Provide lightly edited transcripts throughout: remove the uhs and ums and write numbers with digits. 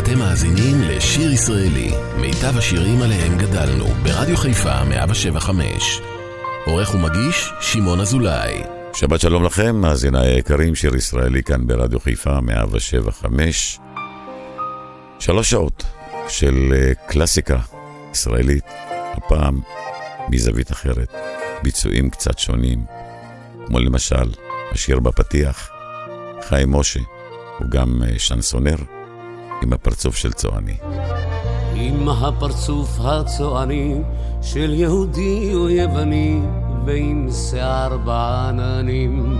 אתם מאזינים לשיר ישראלי, מיטב השירים עליהם גדלנו, ברדיו חיפה 107.5. עורך ומגיש שמעון אזולאי. שבת שלום לכם, מאזיניי היקרים, שיר ישראלי כאן ברדיו חיפה 107.5. 3 שעות של קלאסיקה ישראלית, הפעם מזווית אחרת, ביצועים קצת שונים, כמו למשל השיר בפתיח, חיים משה, הוא גם שנסונר, עם הפרצוף של צועני. עם הפרצוף הצועני של יהודי או יווני, ועם שיער בעננים,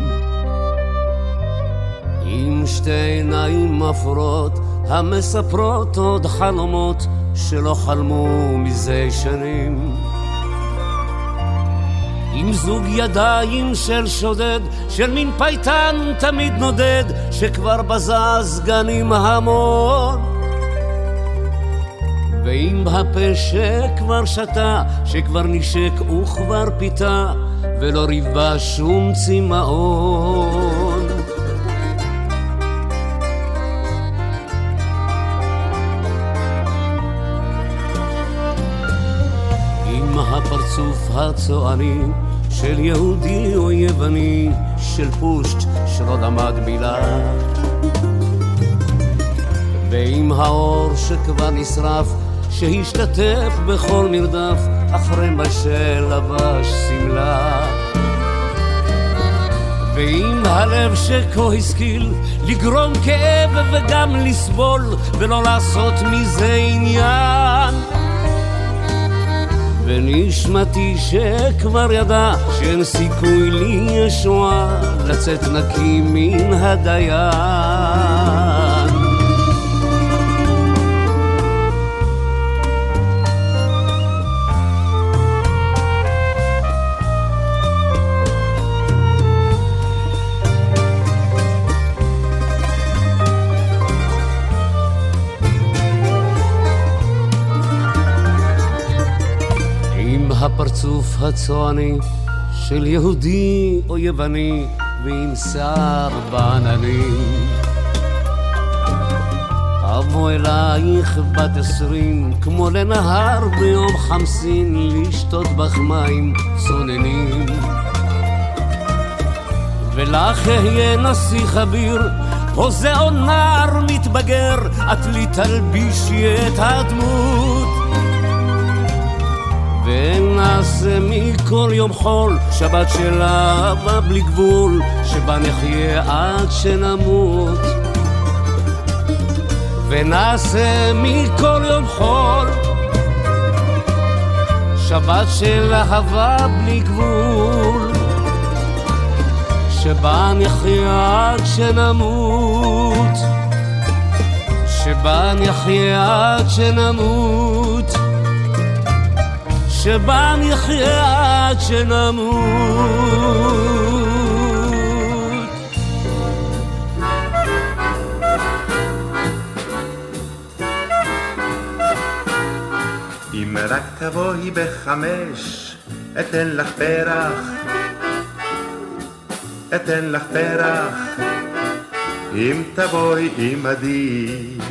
עם שתי עיניים אפורות המספרות עוד חלומות שלא חלמו מזה שנים, עם זוג ידיים של שודד, של מין פייטן תמיד נודד, שכבר בזז גנים המון, ועם הפה שכבר שתה, שכבר נשק וכבר פיתה, ולא ריבה שום צמאון. עם הפרצוף הצועני של יהודי או יווני, של פושט שלא למד מילה, ועם האור שכבר נשרף, שהשתתף בכל מרדף, אחרי מה שלבש סמלה, ועם הלב שכה השכיל לגרום כאב וגם לסבול, ולא לעשות מזה עניין, ונשמתי שכבר ידע שאין סיכוי לי ישועה, לצאת נקי מן הדיין. הפרצוף הצועני של יהודי או יווני, ועם שיער בעננים, אבוא אלייך בת 20 כמו לנהר ביום חמסין, לשתות בך מים צוננים, ולך אהיה נסיך אביר או זהו נער מתבגר, את לי תלבישי את הדמות, ונעשה מכל יום חול שבת של אהבה בלי גבול, שבה נחיה עד שנמות. ונעשה מכל יום חול שבת של אהבה בלי גבול, שבה נחיה עד שנמות, שבה נחיה עד שנמות, שבה נחיה עד שנמות. אם רק תבואי ב5 אתן לך פרח, אתן לך פרח, אם תבואי עמדי,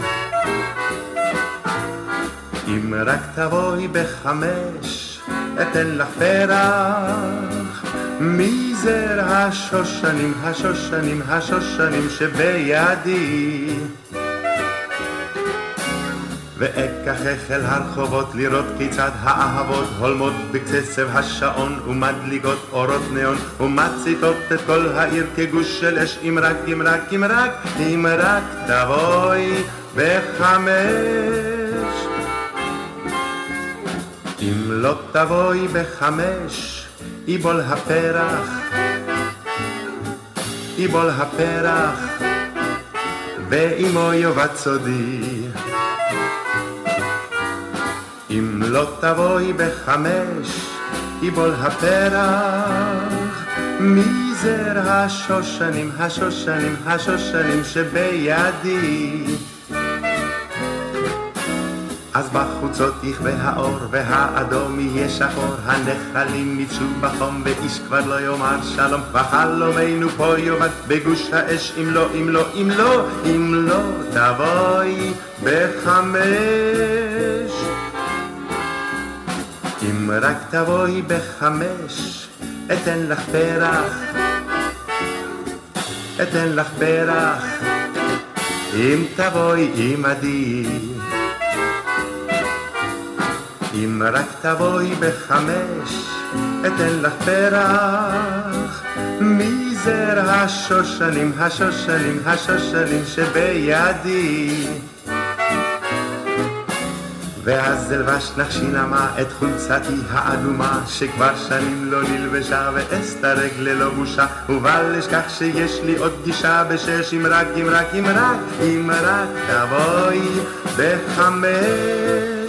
אם רק תבואי ב5 אתן לך פרח, מזר השושנים, השושנים, השושנים שבידי, ואקחך אל הרחובות לראות כיצד האהבות הולמות בקצב השעון, ומדליגות אורות נאון ומציתות את כל העיר כגוש של אש. אם רק, אם רק, אם רק, אם רק תבואי ב5, אם לא תבואי ב5 יבול הפרח, יבול הפרח ואימו יובד סודי. אם לא תבואי ב5 יבול הפרח, מזר השושנים, השושנים, השושנים שבידי, אז בחוצות יכבה האור והאדום יהיה שחור, הנחלים ניצ'ו בחום ואיש כבר לא יאמר שלום, וחלומנו פה יאבד בגוש האש, אם לא, אם לא, אם לא, אם לא תבואי בחמש. אם רק תבואי בחמש, אתן לך פרח, אתן לך פרח, אם תבואי עמדי. אם רק תבואי בחמש, אתן לך פרח, מזר השושנים, השושנים, השושנים שבידי. ואז אלבש נחשי נמה את חולצתי האדומה, שכבר שנים לא נלבשה, ואסתרג ללא בושה, ובל אשכח שיש לי עוד גישה בשש, אם רק, אם רק, אם רק, אם רק תבואי בחמש.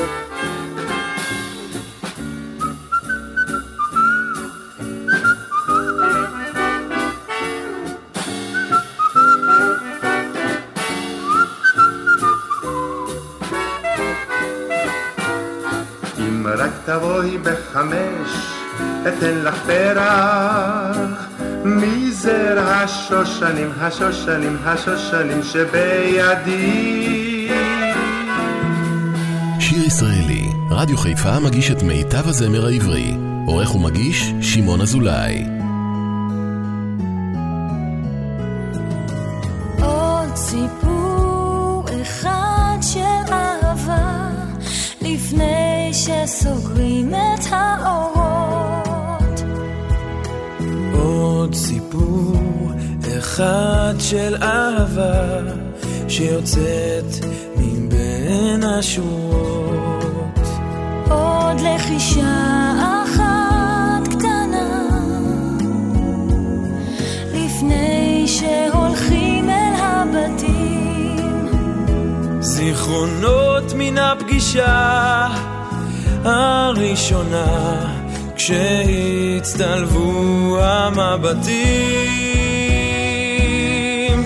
רק תבואי בחמש, אתן לך פרח, מזר השושנים, השושנים, השושנים שבידי. שיר ישראלי, רדיו חיפה מגיש את מיטב הזמר העברי. עורך ומגיש שמעון אזולאי. עוד סיפור אחד של אהבה, לפני שסוגרים את האורות. עוד סיפור אחד של אהבה שיוצאת מבין השורות. עוד לחישה אחת קטנה, לפני שהולכים אל הבתים. זיכרונות מן הפגישה הראשונה, כשהצטלבו המבטים.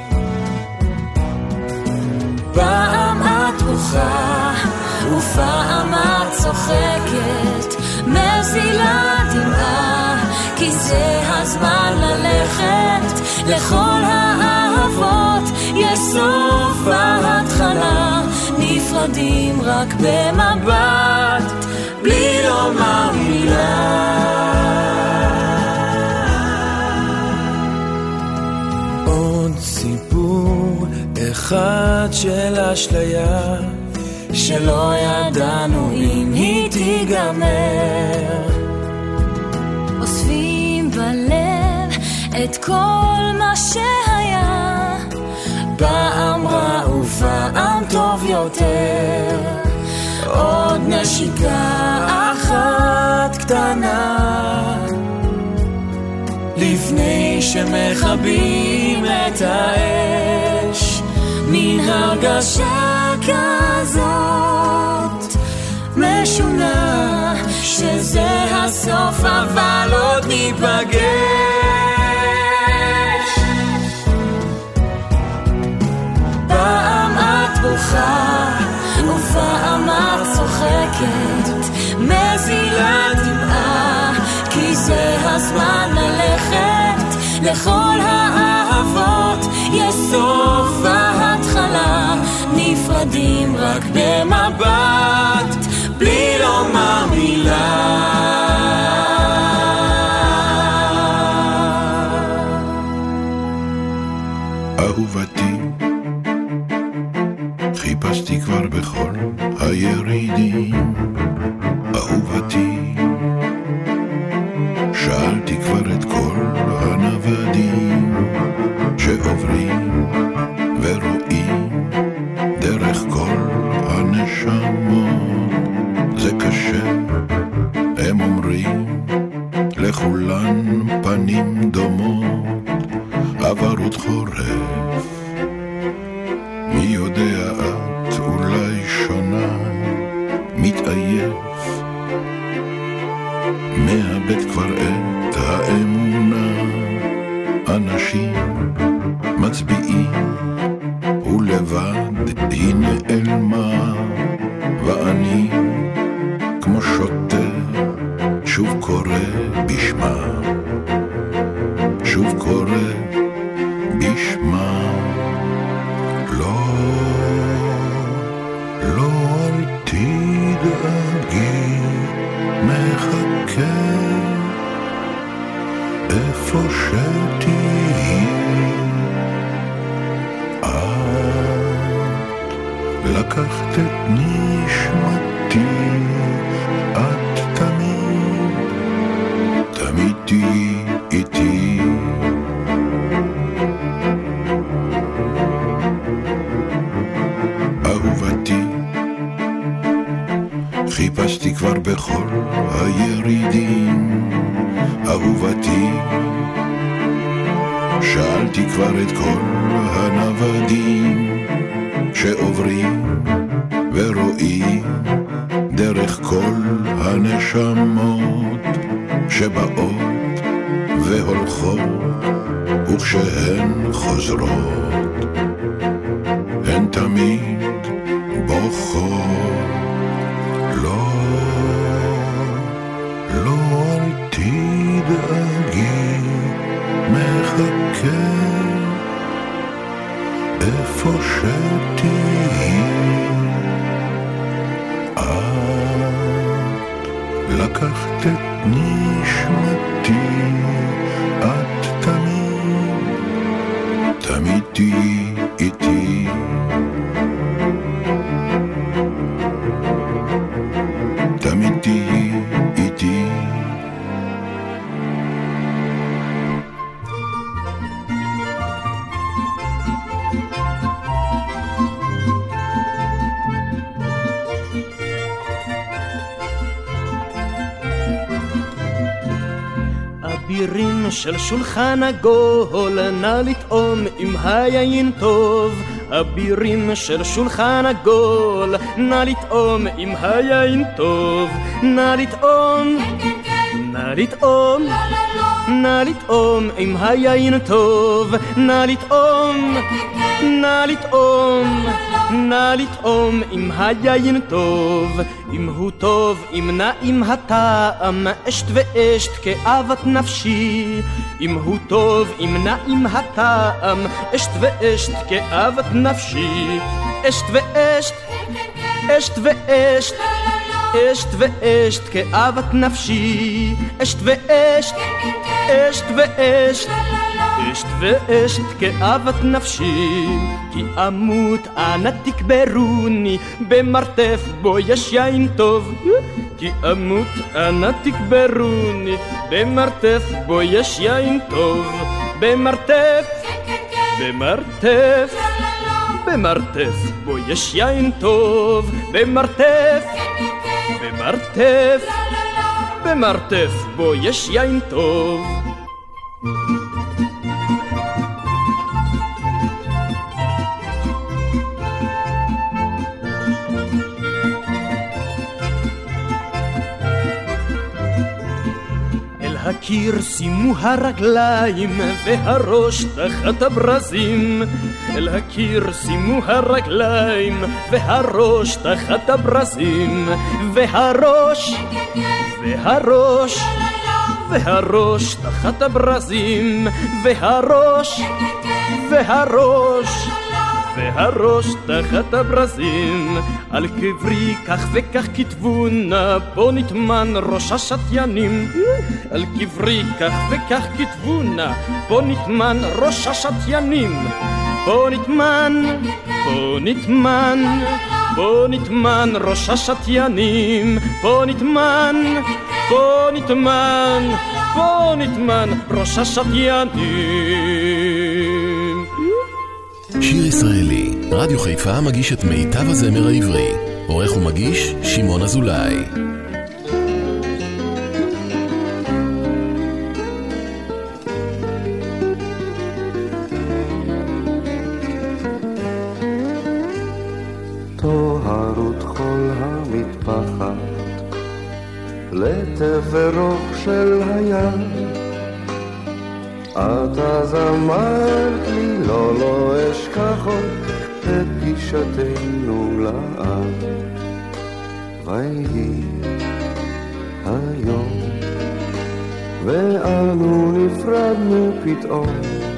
פעם את בוכה ופעם את צוחקת, מזילה דמעה, כי זה הזמן ללכת. לכל האהבות יש סוף ההתחלה, נפרדים רק במבט, בלי לומר מילה. עוד סיפור אחד של אשליה, שלא ידענו אם היא תיגמר. אוספים בלב את כל מה שהיה, פעם רע ופעם טוב יותר. עוד נשיקה אחת קטנה, לפני שמכבים את האש. מן הרגשה כזאת משונה, שזה הסוף אבל עוד ניפגש. פעם את בוכה ופעם את צוחקת, מזילה דמעה, כי זה הזמן ללכת. לכל האהבות יש סוף ההתחלה, נפרדים רק במבט, בלי לומר מילה. אהובתי, חיפשתי כבר בכל הירידים. אהובתי, שאלתי כבר את כל הנוודים שעוברים ורואים דרך כל הנשמות. זה קשה, הם אומרים, לכולן פנים דומות. עברות חורף, מי יודע את אולי שונה. מתעייף, מאבד כבר את האמונה. אנשים מצביעים ולבד היא נעלמה. בשמה, שוב קורא בשמה. לא, לא אל תדאגי, מחכה איפה שתהי. לקחת את נשמתי, את תמיד, תמיד תהי איתי. אהובתי, חיפשתי כבר בכל הירידים. אהובתי, שאלתי כבר את כל הנוודים שעוברים ורואים דרך כל הנשמות שבאות והולכות, וכשהן חוזרות הן תמיד בוכות. לא, לא אל תדאגי, מחכה איפה שתהי. את לקחת את נשמתי, את תמיד, תמיד תהי איתי. תמיד תהי איתי. אבירים של שולחן עגול, נא לטעום עם היין טוב. אבירים של שולחן עגול, נא לטעום עם היין טוב. נא לטעום, נא לטעום, נא לטעום עם היין טוב. נא לטעום, נא לטעום, נא לטעום עם היין טוב. אם הוא טוב, אם נעים הטעם, אשת ואשת כאוות נפשי. אם הוא טוב, אם נעים הטעם, אשת ואשת כאוות נפשי. אשת ואשת, אשת ואשת, אשת ואשת כאוות נפשי. אשת ואשת, אשת ואשת, אשת ואשת כאוות נפשי. כי אמות אנא תקברוני במרתף בו יש יין טוב. כי אמות אנא תקברוני במרתף בו יש יין טוב. במרתף, במרתף, במרתף בו יש יין טוב. במרתף, במרתף, במרתף בו יש יין טוב. הקיר שימו הרגליים והראש תחת הברזים. אל הקיר שימו הרגליים והראש תחת הברזים. והראש, והראש, והראש תחת הברזים. והראש, והראש, והראש תחת הברזים. על קברי כך וכך כתבו נא, בו נטמן ראש השתיינים. על קברי כך וכך כתבו נא, בו נטמן ראש השתיינים. בו נטמן, בו נטמן, בו נטמן ראש השתיינים. בו נטמן, בו נטמן, בו נטמן ראש השתיינים. שיר ישראלי, רדיו חיפה מגיש את מיטב הזמר העברי. עורך ומגיש שמעון אזולאי. טוהרות חול המטפחת לתברוך של הים. את אז אמרת לי לא, לא אשכח עוד את פגישתנו לעד. ויהי היום ואנו נפרדנו פתאום.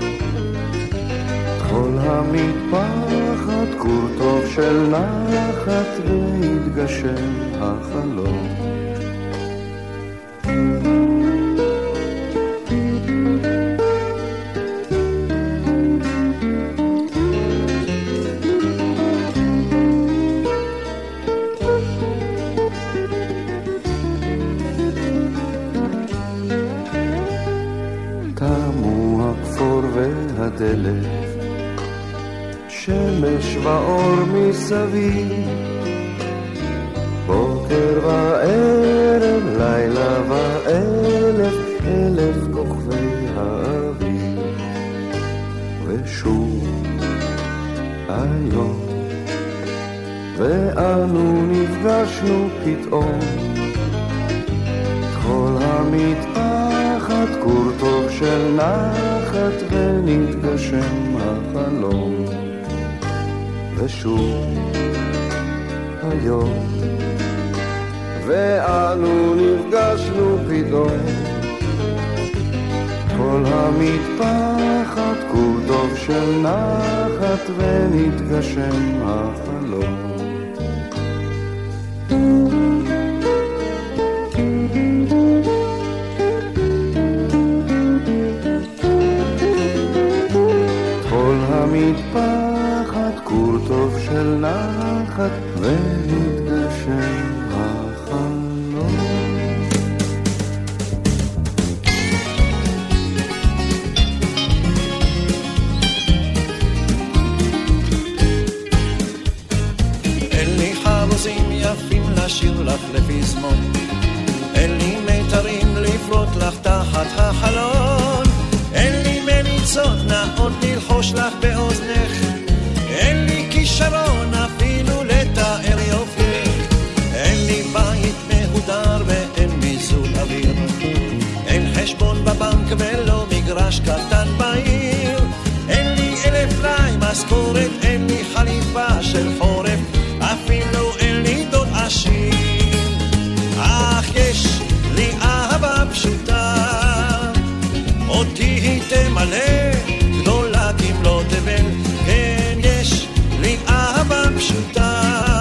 כל המטפחת כור טוב של נחת והתגשם החלום. תמו הכפור והדלת, שמש ואור מסביב, בוקר וערב, לילה ואלף, אלף כוכבי האביב. ושוב היום, ואנו נפגשנו פתאום, כל המטפחת כור טוב של נחת ונתגשם החלום. ושוב היום, ואנו נפגשנו פתאום, כל המטפחת כור טוב של נחת ונתגשם החלום. כל המטפחת כור טוב של נחת ונתגשם החלום. אין לי חרוזים יפים לשיר לך לפזמון, אין לי מיתרים לפרוט לך תחת החלון, אין לי מליצות נאות ללחוש לך באוזנך, אין לי כישרון אפילו לתאר יופייך, אין לי בית מהודר ואין מיזוג אוויר, אין חשבון בבנק ולא מגרש קטן בעיר, אין לי 1,000 לי משכורת, אין לי חליפה של חורף, אפילו אין לי דוד עשיר, אך יש לי אהבה פשוטה, אותי היא תמלא גדולה כמלוא תבל. כן, יש לי אהבה פשוטה,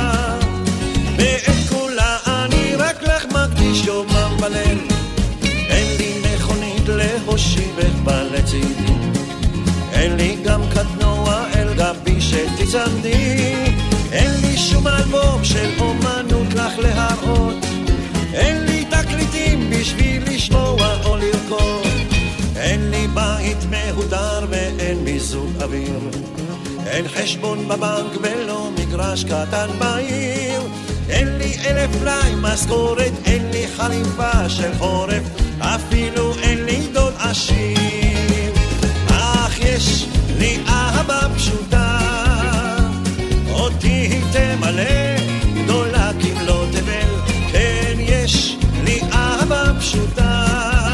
ואת כולה אני רק לך מקדיש יומם בליל, אין לי מכונית להושיבך בלצידי, אין לי גם קטנוע אל גבי שתצמדי, אין לי שום אלבום של אומנות לך להראות, אין לי תקליטים בשביל לשמוע או לרקוד, אין לי בית מהודר ואין מיזוג אוויר, אין חשבון בבנק ולא מגרש קטן בעיר, אין לי 1,000 לי משכורת, אין לי חליפה של חורף, אפילו אין לי דוד עשיר, אך יש לי אהבה פשוטה, אותי היא תמלא גדולה כמלוא תבל. כן, יש לי אהבה פשוטה,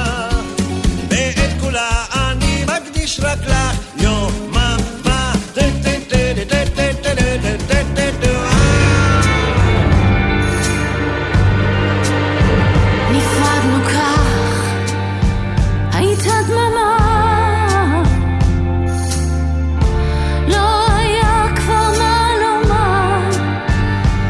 ואת כולה אני מקדיש רק לך יומם. נפרדנו כך, הייתה דממה, לא היה כבר מה לומר,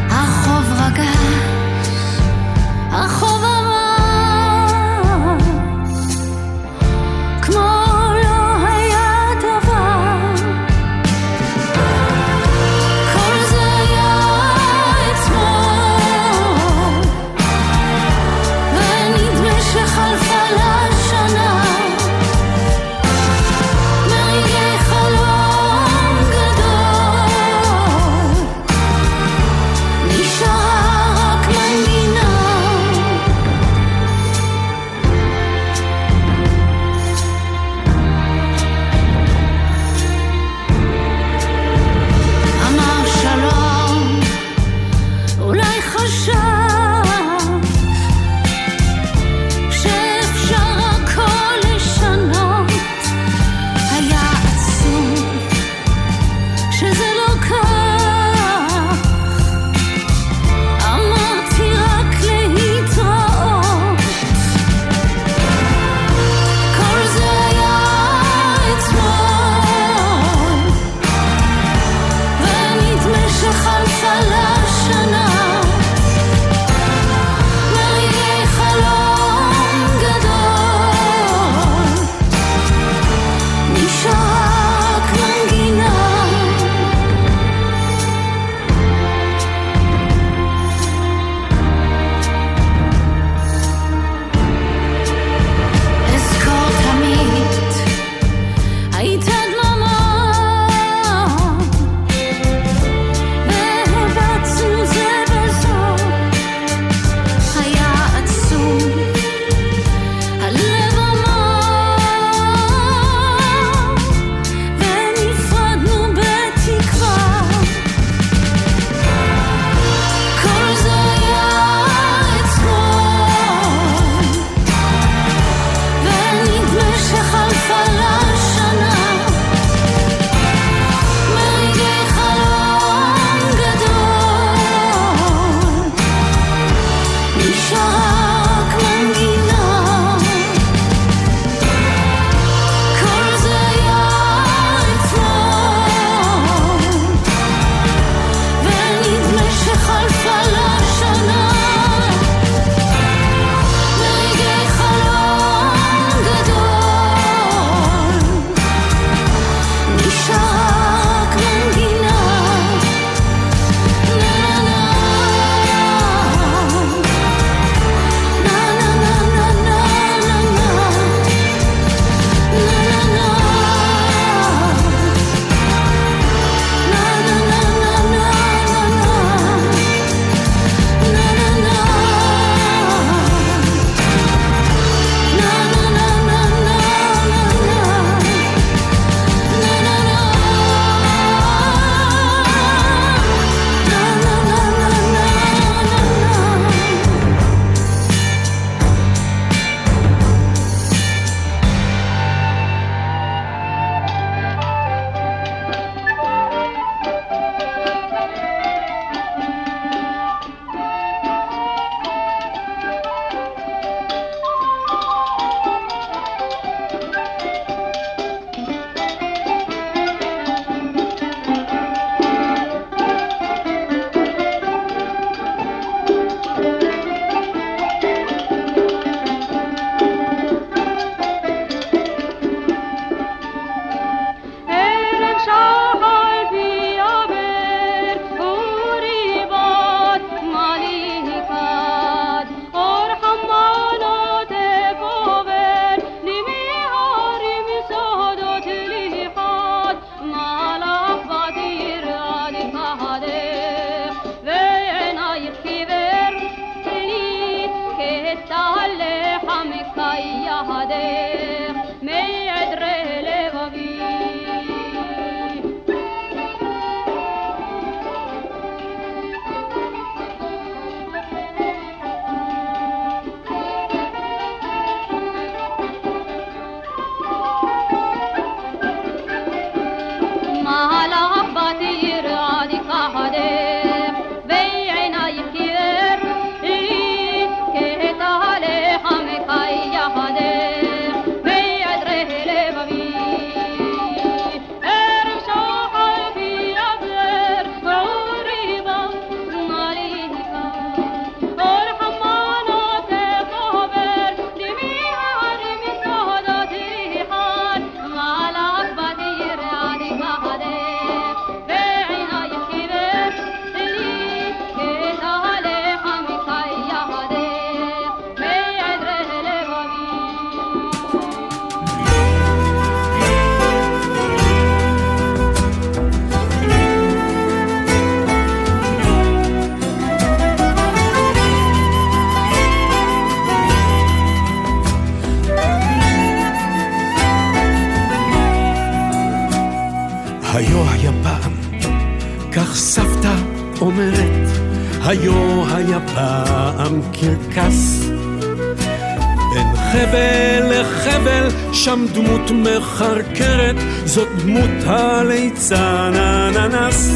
צמרת, היו היה פעם קרקס. בין חבל לחבל, שם דמות מחרקרת, זאת דמות הליצן אננס.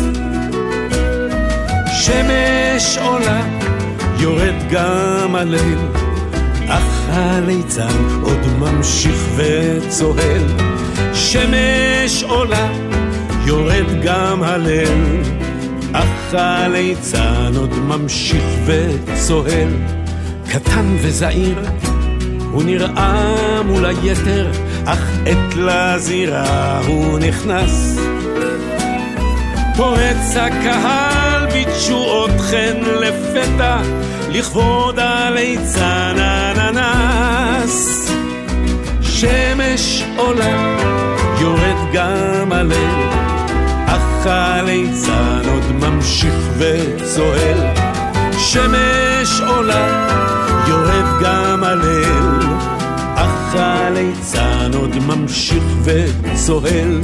שמש עולה, יורד גם הליל, אך הליצן עוד ממשיך וצוהל. שמש עולה, יורד גם הליל, אך הליצן עוד ממשיך וצוהל. קטן וזעיר, הוא נראה מול היתר, אך עת לזירה הוא נכנס. פורץ הקהל בתשואות חן לפתע, לכבוד הליצן אננס. שמש עולה, יורד גם הליל, אך הליצן עוד ממשיך וצוהל. שמש עולה, יורד גם הליל, אך הליצן עוד ממשיך וצוהל.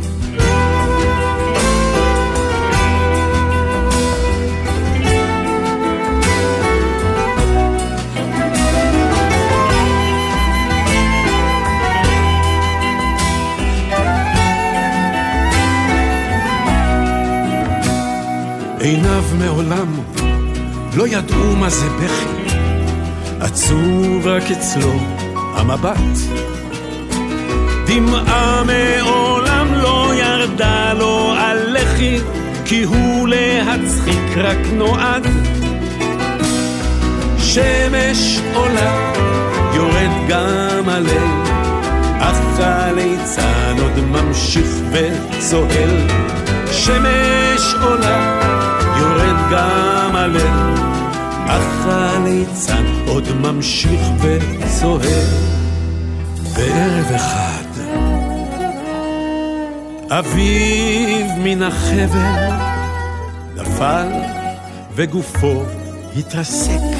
עיניו מעולם לא ידעו מה זה בכי, עצוב רק אצלו המבט. דמעה מעולם לא ירדה לו על לחי, כי הוא להצחיק רק נועד. שמש עולה, יורד גם הליל, אך הליצן עוד ממשיך וצוהל. שמש עולה, יורד גם הליל, אך הליצן עוד ממשיך וצוהל. בערב אחד אביב מן החבל נפל וגופו התרסק.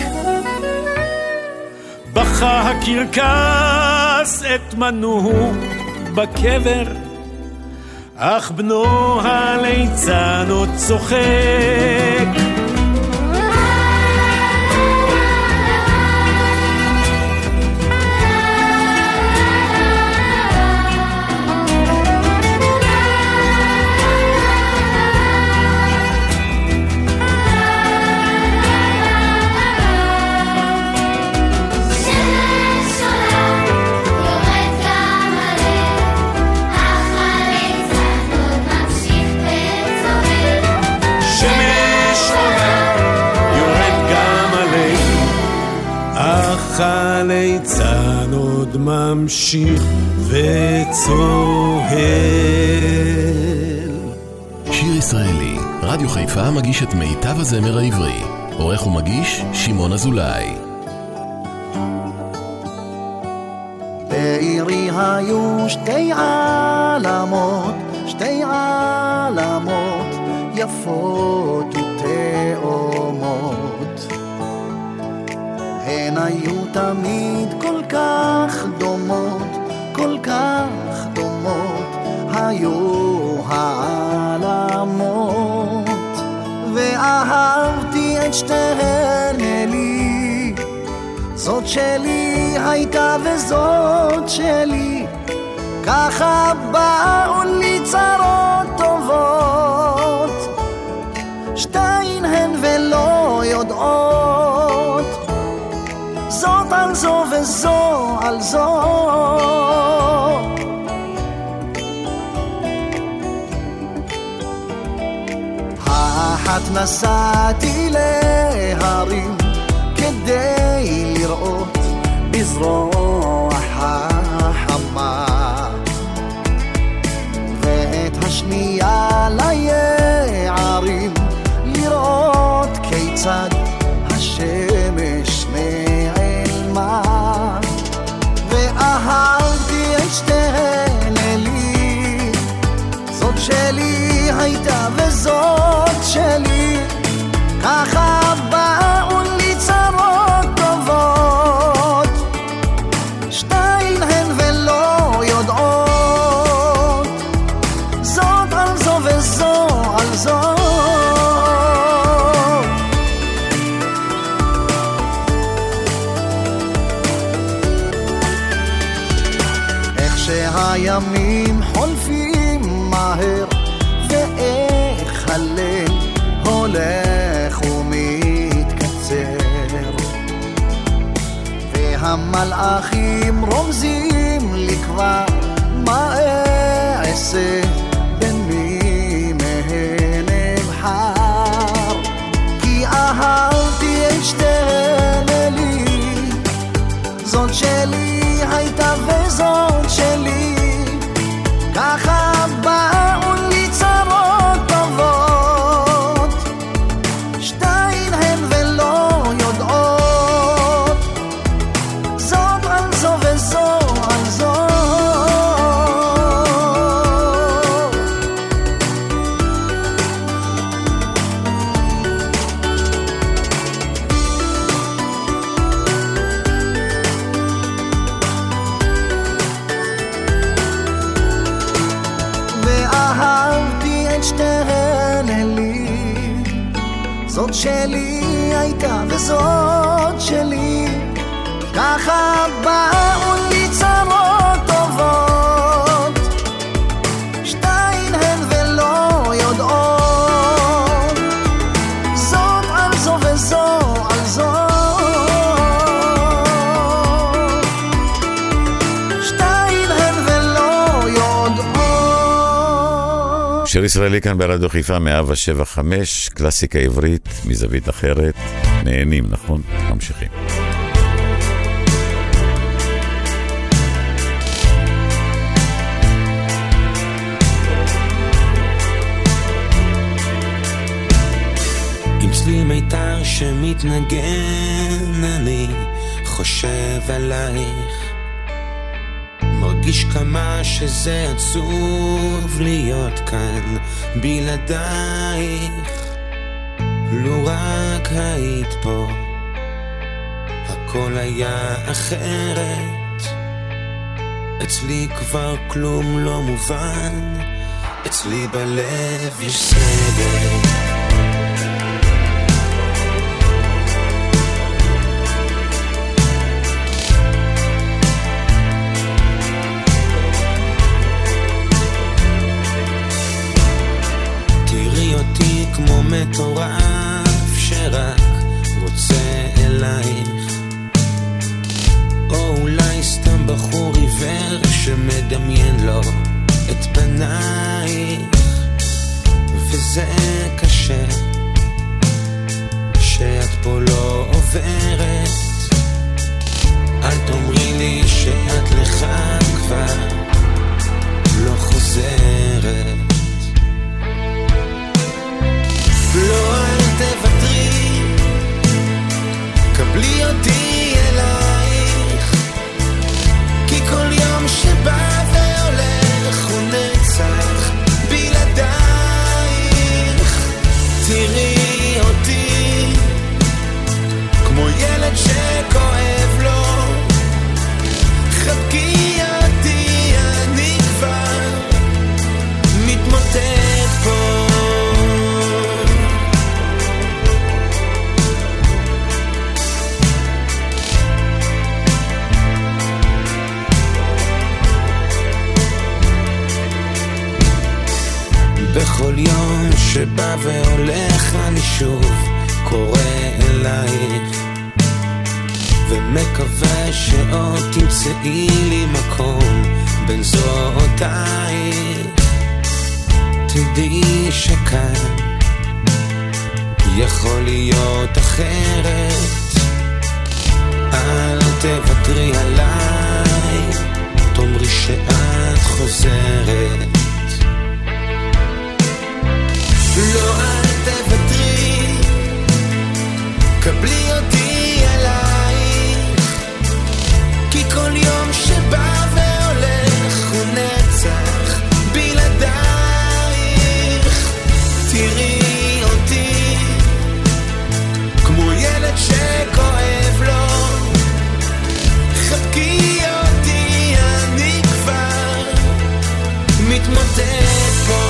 בכה הקרקס את מנוהו בקבר, אך בנו הליצן עוד צוחק. הליצן עוד ממשיך וצוהל. שיר ישראלי, רדיו חיפה מגיש את מיטב הזמר העברי. עורך ומגיש שמעון אזולאי. בעירי היו שתי עלמות, שתי עלמות יפות ותאומות. הן היו תמיד כל כך דומות, כל כך דומות היו העלמות. ואהבתי את שתיהן לי, זאת שלי הייתה וזאת שלי, ככה באו לי צרות טובות. שתיים הן ולא יודעות, זאת על זו וזו על זו. האחת נסעתי להרים כדי לראות בזרוע החמה, ואת השנייה ליערים לראות כיצד השמש נעלמה. ואהבתי את שתיהן לי, זאת שלי הייתה וזאת שלי, ככה באו לי צרות טובות. שתיים הן ולא יודעות, זאת על זו וזו על זו. המלאכים רומזים לי כבר מה אעשה בין מי מהן אבחר כי אהבתי את שתיהן אלי זאת שלי הייתה וזאת שלי ככה באו לי צרות טובות שתיים הן ולא יודעות זאת על זו וזו על זו שתיהן אלי זאת שלי הייתה וזאת שלי ככה באו לי צרות טובות שתיים הן ולא יודעות זאת על זו וזו על זו שיר ישראלי כאן ברדיו חיפה 107.5, קלאסיקה עברית מזווית אחרת. נהנים, נכון? ממשיכים. עם צליל מיתר שמתנגן אני חושב עלייך מרגיש כמה שזה עצוב להיות כאן בלעדייך לו רק היית פה הכל היה אחרת אצלי כבר כלום לא מובן אצלי בלב יש סדר כמו מטורף שרק רוצה אלייך או אולי סתם בחור עיוור שמדמיין לו את פנייך וזה קשה שאת פה לא עוברת אל תאמרי לי שאת לך כבר לא חוזרת לא אל תוותרי קבלי אותי אלייך כי כל יום שבא והולך הוא נצח בלעדייך תראי אותי כמו ילד שכואב לו חבקי אותי אני כבר מתמוטט פה בכל יום שבא והולך אני שוב קורא אלייך ומקווה שעוד תמצאי לי מקום בין זרועותייך תדעי שכאן יכול להיות אחרת אל תוותרי עליי תאמרי שאת חוזרת לא אל תוותרי קבלי אותי אלייך כי כל יום שבא והולך הוא נצח בלעדייך תראי אותי כמו ילד שכואב לו חבקי אותי אני כבר מתמוטט פה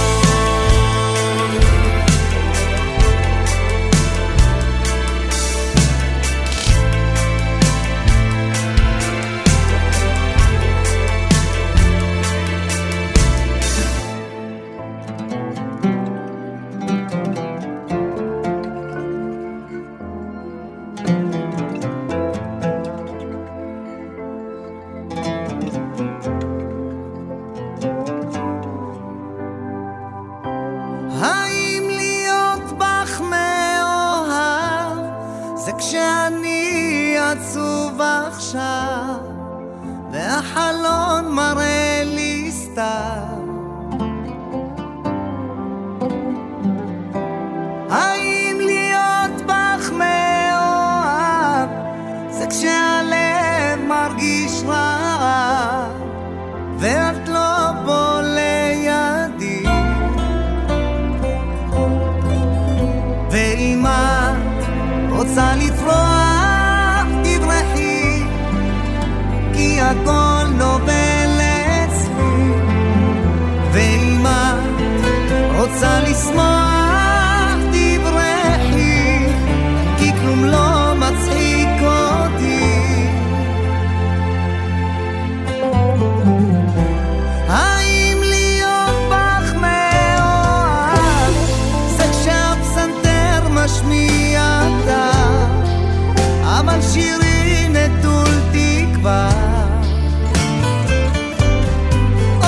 עצוב עכשיו והחלון מראה לי סתם. האם להיות בך מאוהב זה כשהלב מרגיש רע ואת לא בוא לידי, ואם את רוצה לפרוח תברחי כי הכל נובל אצלי, ואם את רוצה לשמוח תברחי כי כלום לא מצחיק אותי. האם להיות בך מאוהב זה כשהפסנתר משמיע אבל שירי נטול תקווה, או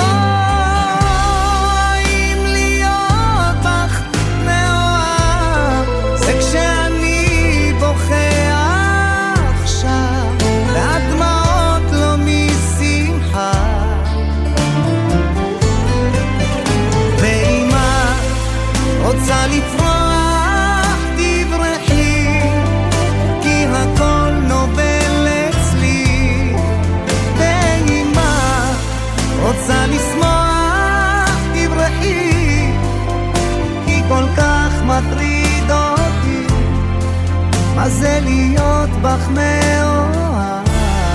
אם להיות בך מאוהב זה כשאני בוכה עכשיו והדמעות לא משמחה, ואם את רוצה לפרוח הכל נובל אצלי, ואם את רוצה לשמוח תברחי כי כל כך מטריד אותי מה זה להיות בך מאוהב.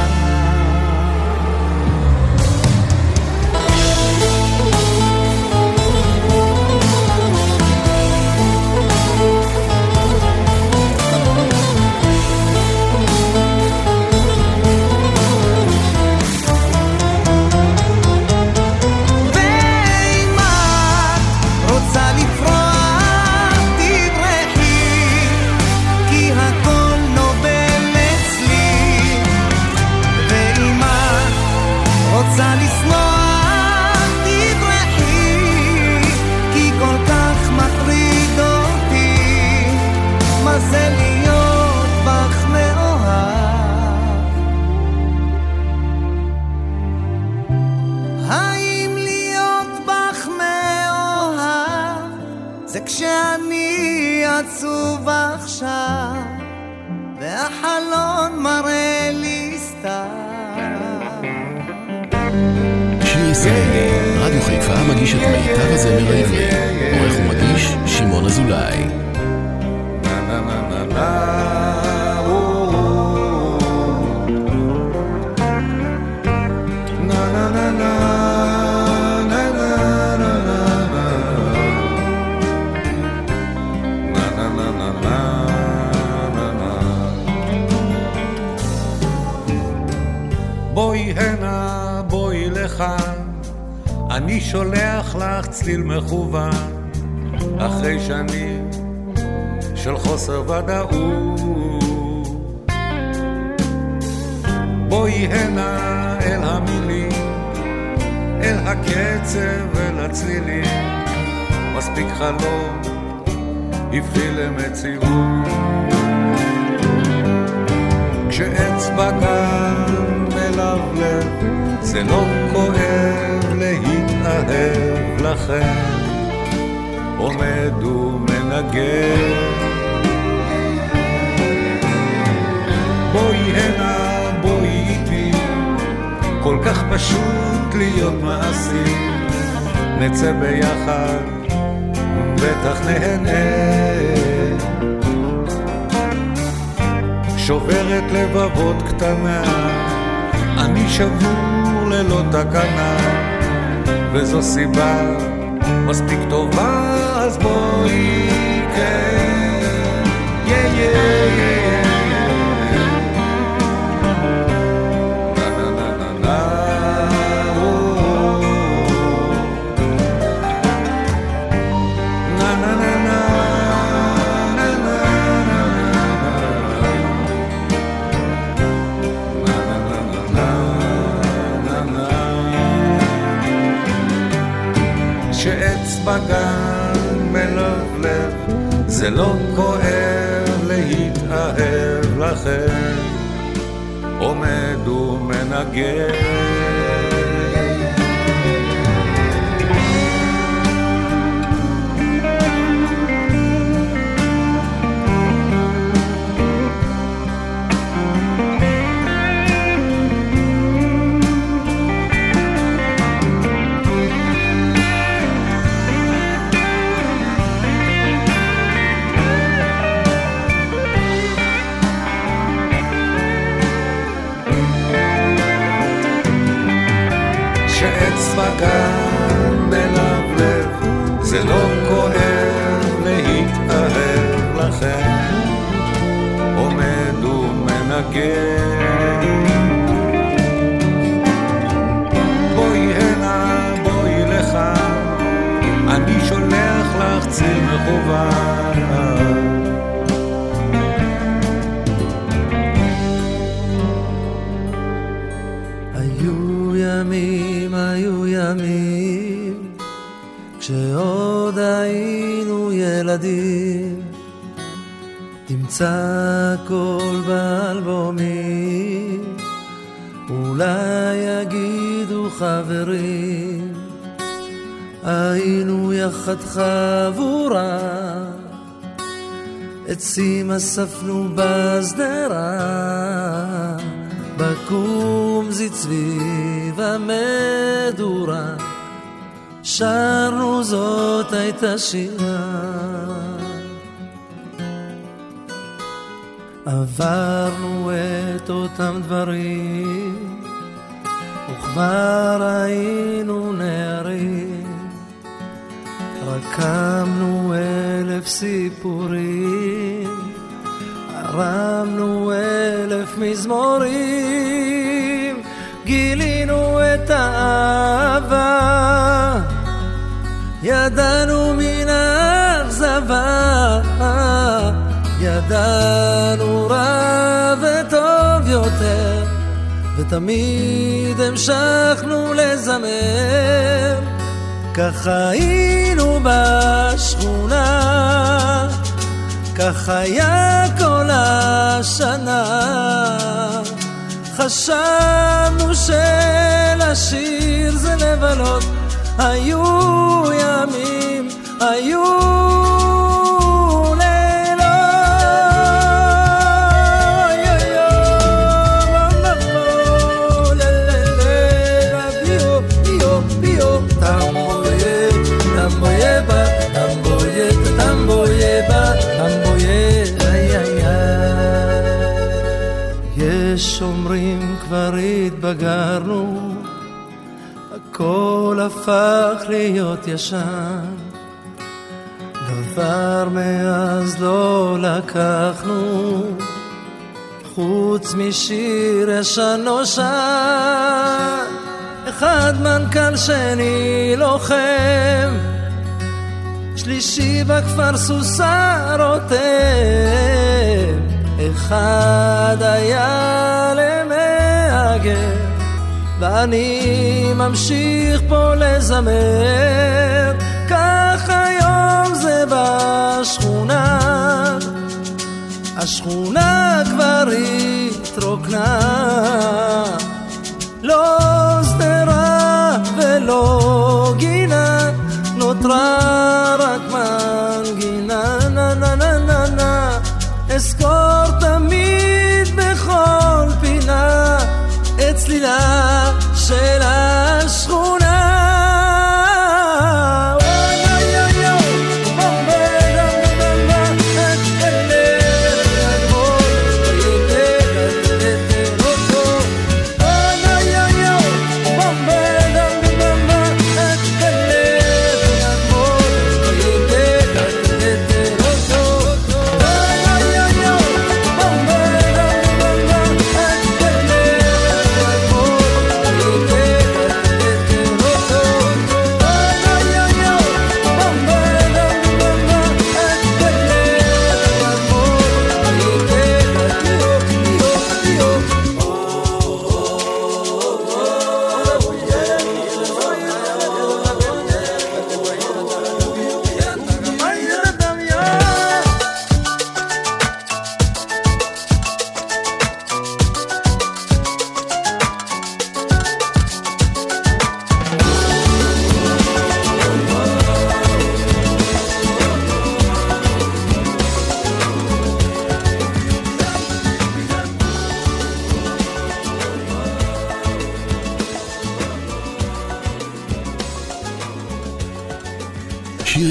רוצה לשמוח תברחי כי כל כך מטריד אותי מה זה להיות בך מאוהב. האם להיות בך מאוהב זה כשאני עצוב עכשיו והחלון מראה לי סתם. שיר ישראלי, רדיו חיפה מגיש את מיטב הזמר העברי. עורך ומגיש שמעון אזולאי. בואי הנה, בואי לך, אני שולח לך צליל מכוון אחרי שנים של חוסר ודאות. בואי הנה אל המילים, אל הקצב, אל הצלילים, מספיק חלום הביא למציאות. כשאצבע גם מלבלב זה לא כואב להתאהב לכם, עומד ומנגן. בואי הנה, בואי איתי, כל כך פשוט להיות מעשי, נצא ביחד, בטח נהנה. שוברת לבבות קטנה, אני שבור ללא תקנה, וזו סיבה מספיק טובה, אז בואי כן, בגן מלבלב זה לא כואב להתאהב לכם, עומד ומנגן. בגן מלבלב, זה לא כואב להתאהב לכם, עומד ומנגן. בואי הנה, בואי לך, אני שולח לך ציר מכוון. היו ימים כשעוד היינו ילדים, תמצא הכל באלבומים, אולי יגידו חברים, היינו יחד חבורה, עצים אספנו בסדרה, בקומזית סביב המדורה, שרנו זאת הייתה שירה. עברנו את אותם דברים, וכבר היינו נערים, רקמנו 1000 סיפורים, הרמנו 1000 מזמורים, גילינו את האהבה, ידענו מן האכזבה, ידענו רע וטוב יותר, ותמיד המשכנו לזמר. ככה היינו בשכונה, ככה היה כל השנה, חשבנו שלשיר זה לבלות, היו ימים, היו יש אומרים כבר התבגרנו, הכל הפך להיות ישן, דבר מאז לא לקחנו, חוץ משיר ישן נושן, אחד מנכ"ל שני לוחם, שלישי בכפר סוסה רותם, אחד היה למאגר, ואני ממשיך פה לזמר. כך היום זה בשכונה, השכונה כבר התרוקנה, לא סדרה ולא גינה, נותרה רק מנגינה, נה נה נה נה נה, אזכור תמיד בכל פינה את צלילה של השכונה. בום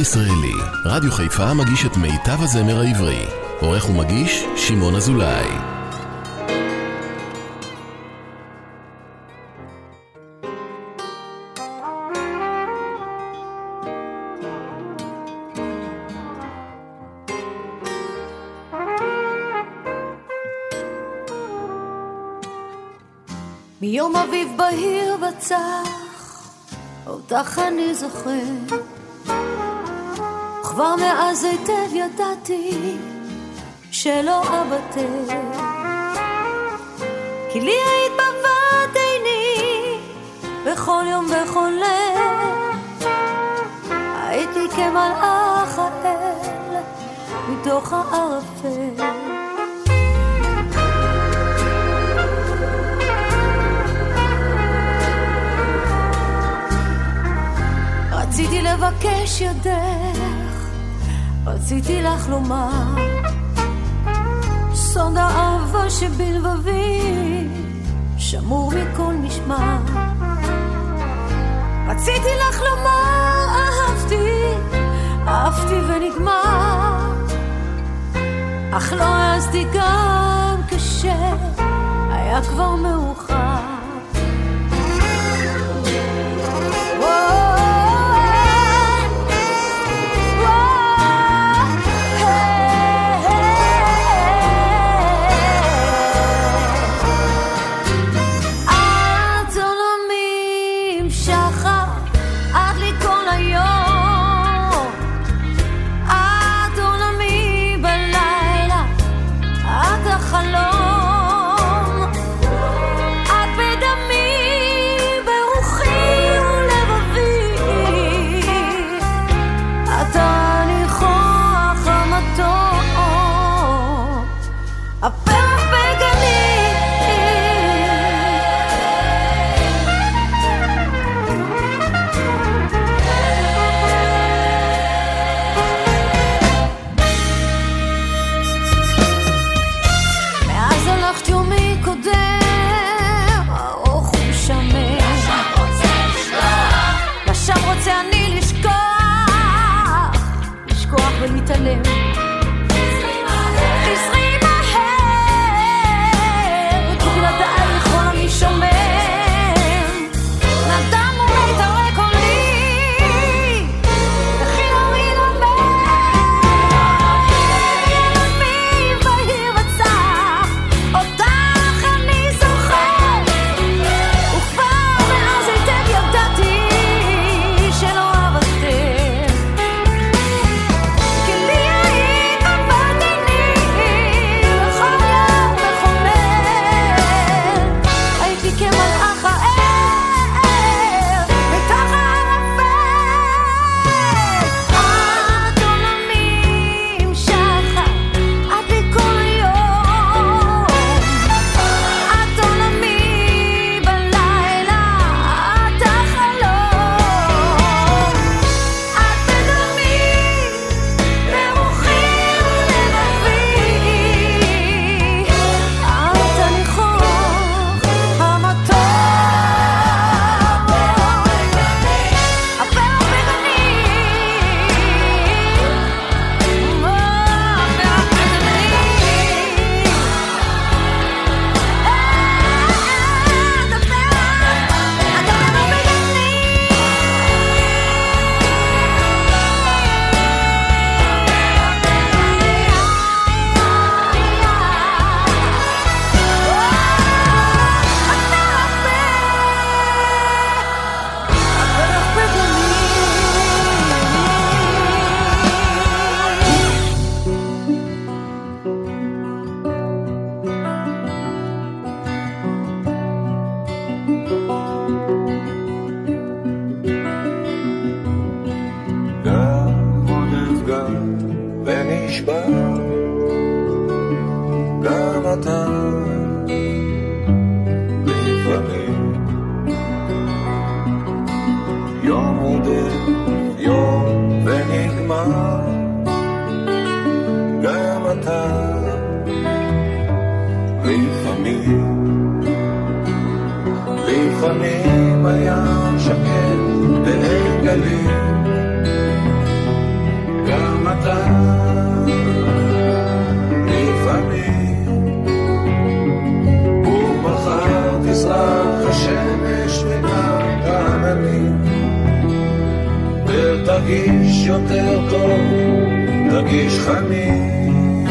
ישראלי. רדיו חיפה מגיש את מיטב הזמר העברי. עורך ומגיש שמעון אזולאי. מיום אביב בהיר בצח, אותך אני זוכר, כבר מאז היטב ידעתי שלא אבטר, כי לי היית בבת עיני בכל יום בכל ליל, הייתי כמלאך האל מתוך הערפל. רציתי לבקש ידך, רציתי לך לומר, סוד האהבה שבלבבי שמור מכל משמר. רציתי לך לומר אהבתי, אהבתי ונגמר, אך לא העזתי גם כשהיה כבר מאוחר. לפעמים הים שקט ואין גלים, לפעמים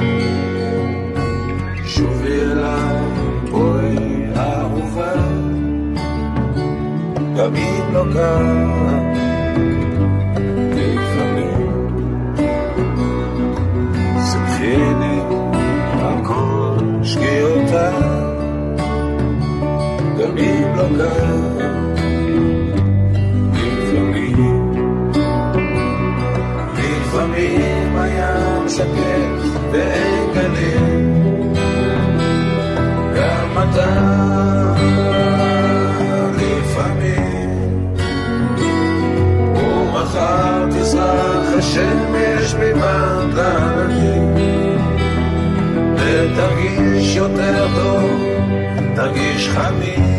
שובי אליי בואי אהובה גם אם לא קרה לפעמים סמכיני על כל שגיאותיי גם אם לא קרה לפעמים הים שקט ואין גלים גם אתה לפעמים ומחר תזרח השמש ממעגלים ותרגיש יותר טוב תרגיש חמים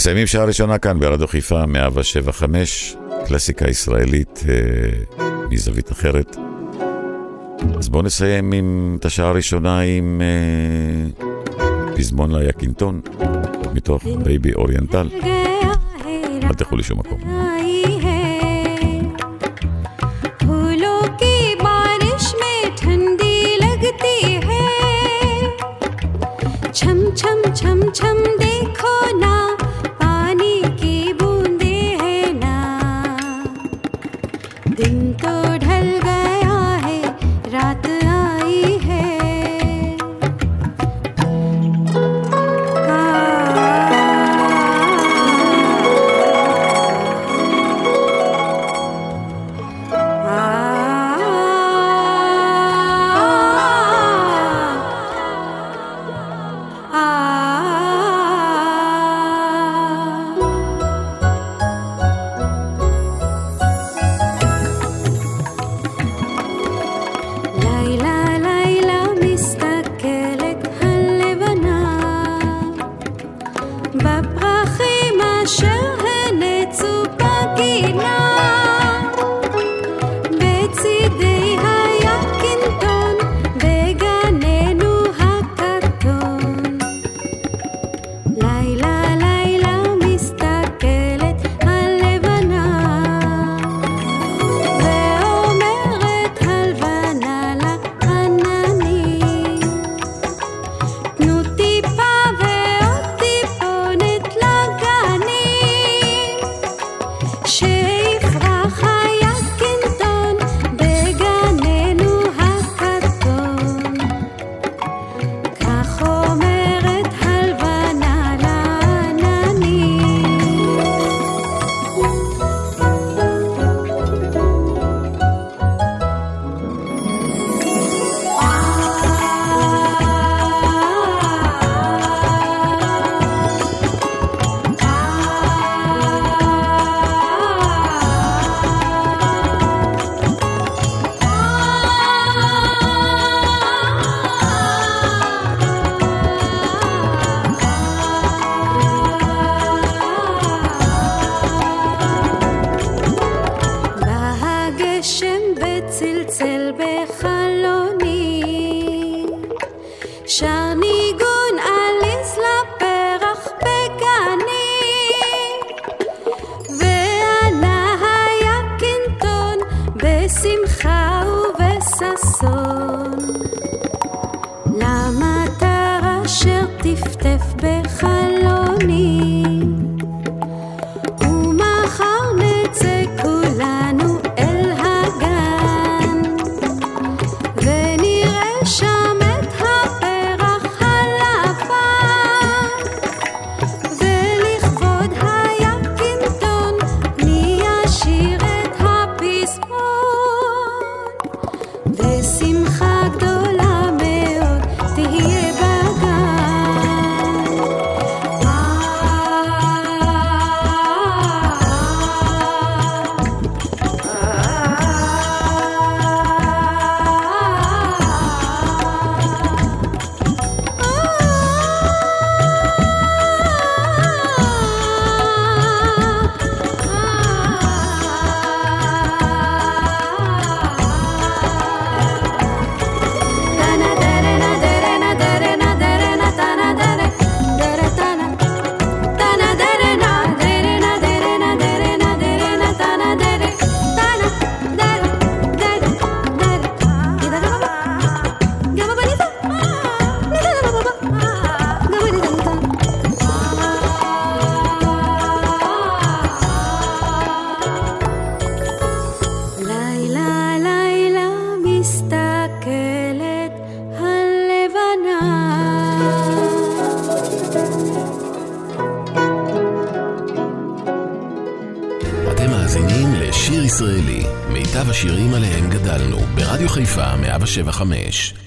מסיימים שעה ראשונה כאן ברדיו חיפה 107.5, קלאסיקה ישראלית מזווית אחרת. אז בואו נסיים את השעה הראשונה עם פזמון ליקינטון מתוך בייבי אוריינטל. אל תלכו לשום מקום. छम छम छम देखो ना पानी की बूंदे है ना दिन तो ढल गया है रात आई है שיר ישראלי, מיטב השירים עליהם גדלנו, ברדיו חיפה 107.5.